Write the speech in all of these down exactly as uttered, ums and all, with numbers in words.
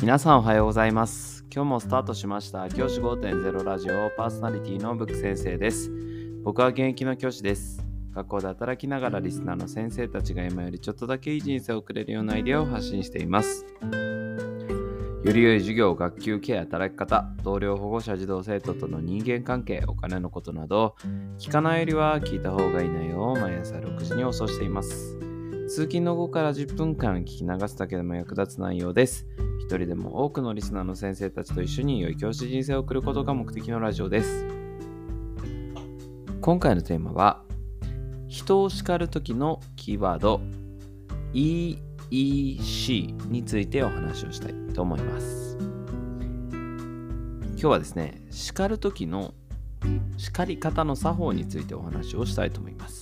皆さんおはようございます。今日もスタートしました教師 ごてんゼロ ラジオパーソナリティのブック先生です。僕は現役の教師です。学校で働きながらリスナーの先生たちが今よりちょっとだけいい人生を送れるようなアイデアを発信しています。より良い授業、学級ケア、働き方、同僚、保護者、児童、生徒との人間関係、お金のことなど、聞かないよりは聞いた方がいい内容を毎朝ろくじに放送しています。通勤の後からじゅっぷんかん聞き流すだけでも役立つ内容です。一人でも多くのリスナーの先生たちと一緒に良い教師人生を送ることが目的のラジオです。今回のテーマは、人を叱るときのキーワード イーイーシー についてお話をしたいと思います。今日はですね、叱るときの叱り方の作法についてお話をしたいと思います。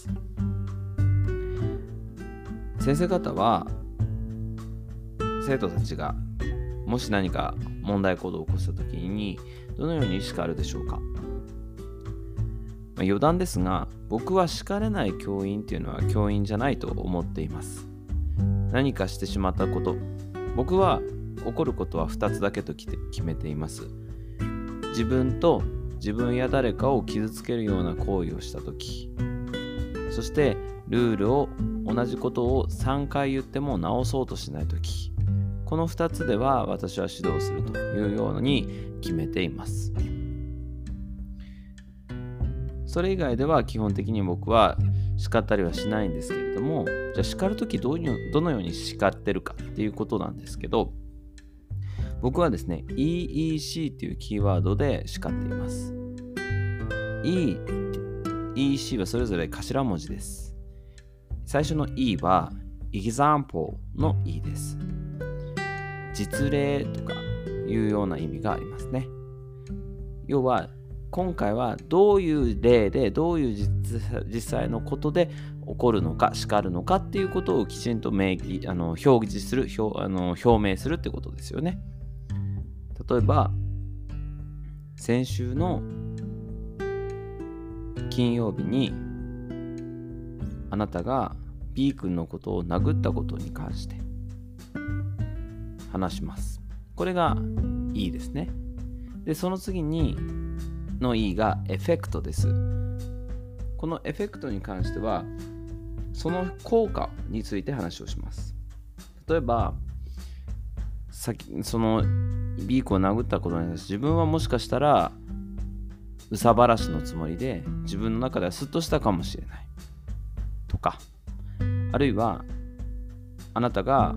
先生方は生徒たちがもし何か問題行動を起こしたときにどのように叱るでしょうか。まあ、余談ですが、僕は叱れない教員っていうのは教員じゃないと思っています。何かしてしまったこと、僕は起こることはふたつだけと決めています。自分と自分や誰かを傷つけるような行為をしたとき、そしてルールを同じことをさんかい言っても直そうとしないとき、このふたつでは私は指導するというように決めています。それ以外では基本的に僕は叱ったりはしないんですけれども、じゃあ叱るときどういうどのように叱ってるかっていうことなんですけど、僕はですね イーイーシー っていうキーワードで叱っています。 E、イーイーシー はそれぞれ頭文字です。最初の E は example の E です。実例とかいうような意味がありますね。要は今回はどういう例でどういう 実, 実際のことで起こるのか叱るのかっていうことをきちんと明記あの表示する 表, あの表明するってことですよね。例えば先週の金曜日にあなたが B 君のことを殴ったことに関して話します。これが E ですね。で、その次にの E がエフェクトです。このエフェクトに関してはその効果について話をします。例えば先その B 君を殴ったことに対して自分はもしかしたら憂さ晴らしのつもりで自分の中ではスッとしたかもしれないとか、あるいはあなたが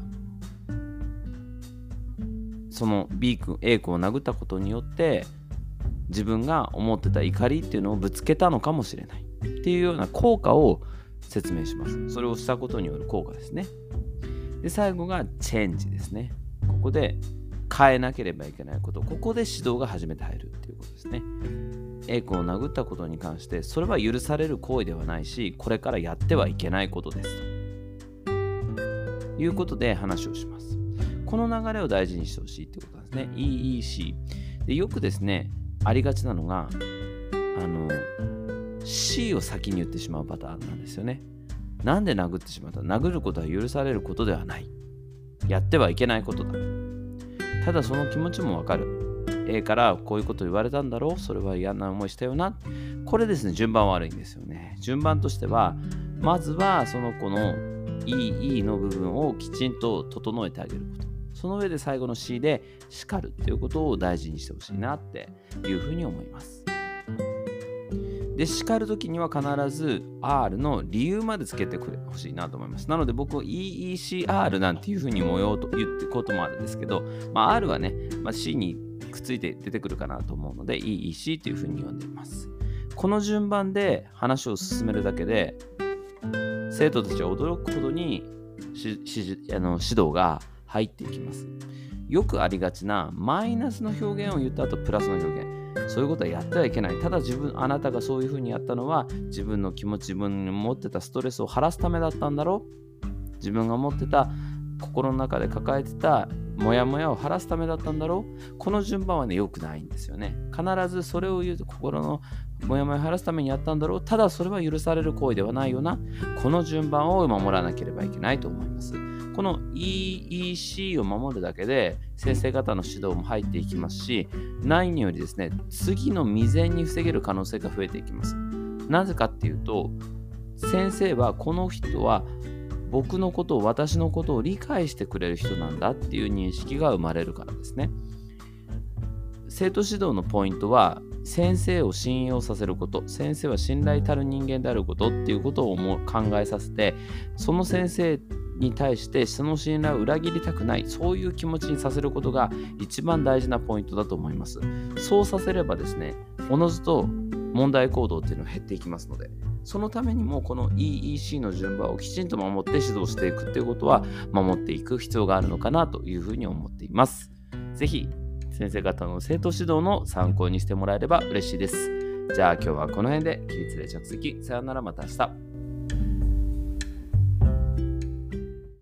その B 君 A 君を殴ったことによって自分が思ってた怒りっていうのをぶつけたのかもしれないっていうような効果を説明します。それをしたことによる効果ですね。で、最後がチェンジですね。ここで変えなければいけないこと、ここで指導が初めて入るっていうことですね。A 君を殴ったことに関してそれは許される行為ではないし、これからやってはいけないことですということで話をします。この流れを大事にしてほしいってことなんですね。 イーイーシー で、よくですねありがちなのがあの C を先に言ってしまうパターンなんですよね。なんで殴ってしまった？殴ることは許されることではない、やってはいけないことだ。ただその気持ちもわかる。A からこういうこと言われたんだろう、それは嫌な思いしたよな。これですね、順番悪いんですよね。順番としてはまずはその子の イーイー の部分をきちんと整えてあげること、その上で最後の C で叱るっていうことを大事にしてほしいなっていうふうに思います。で、叱るときには必ず R の理由までつけてくれほしいなと思います。なので僕は イーイーシーアール なんていうふうにもようと言っていくこともあるんですけど、まあ、R はね、まあ、C にくっついて出てくるかなと思うので イーイーシー というふうに呼んでいます。この順番で話を進めるだけで生徒たちは驚くほどにししあの指導が入っていきます。よくありがちなマイナスの表現を言った後プラスの表現、そういうことはやってはいけない。ただ自分あなたがそういうふうにやったのは自分の気持ち、自分に持ってたストレスを晴らすためだったんだろう、自分が持ってた心の中で抱えてたモヤモヤを晴らすためだったんだろう。この順番はね良くないんですよね。必ずそれを言うと心のモヤモヤを晴らすためにやったんだろう、ただそれは許される行為ではないよな。この順番を守らなければいけないと思います。 この イーイーシー を守るだけで先生方の指導も入っていきますし、何よりですね、次の未然に防げる可能性が増えていきます。なぜかっていうと、先生はこの人は僕のことを、私のことを理解してくれる人なんだっていう認識が生まれるからですね。生徒指導のポイントは、先生を信用させること、先生は信頼たる人間であることっていうことをも考えさせて、その先生に対してその信頼を裏切りたくない、そういう気持ちにさせることが一番大事なポイントだと思います。そうさせればですね、おのずと問題行動っていうのは減っていきますので、そのためにもこの イーイーシー の順番をきちんと守って指導していくっていうことは守っていく必要があるのかなというふうに思っています。ぜひ先生方の生徒指導の参考にしてもらえれば嬉しいです。じゃあ今日はこの辺で起立例着席。さよなら、また明日。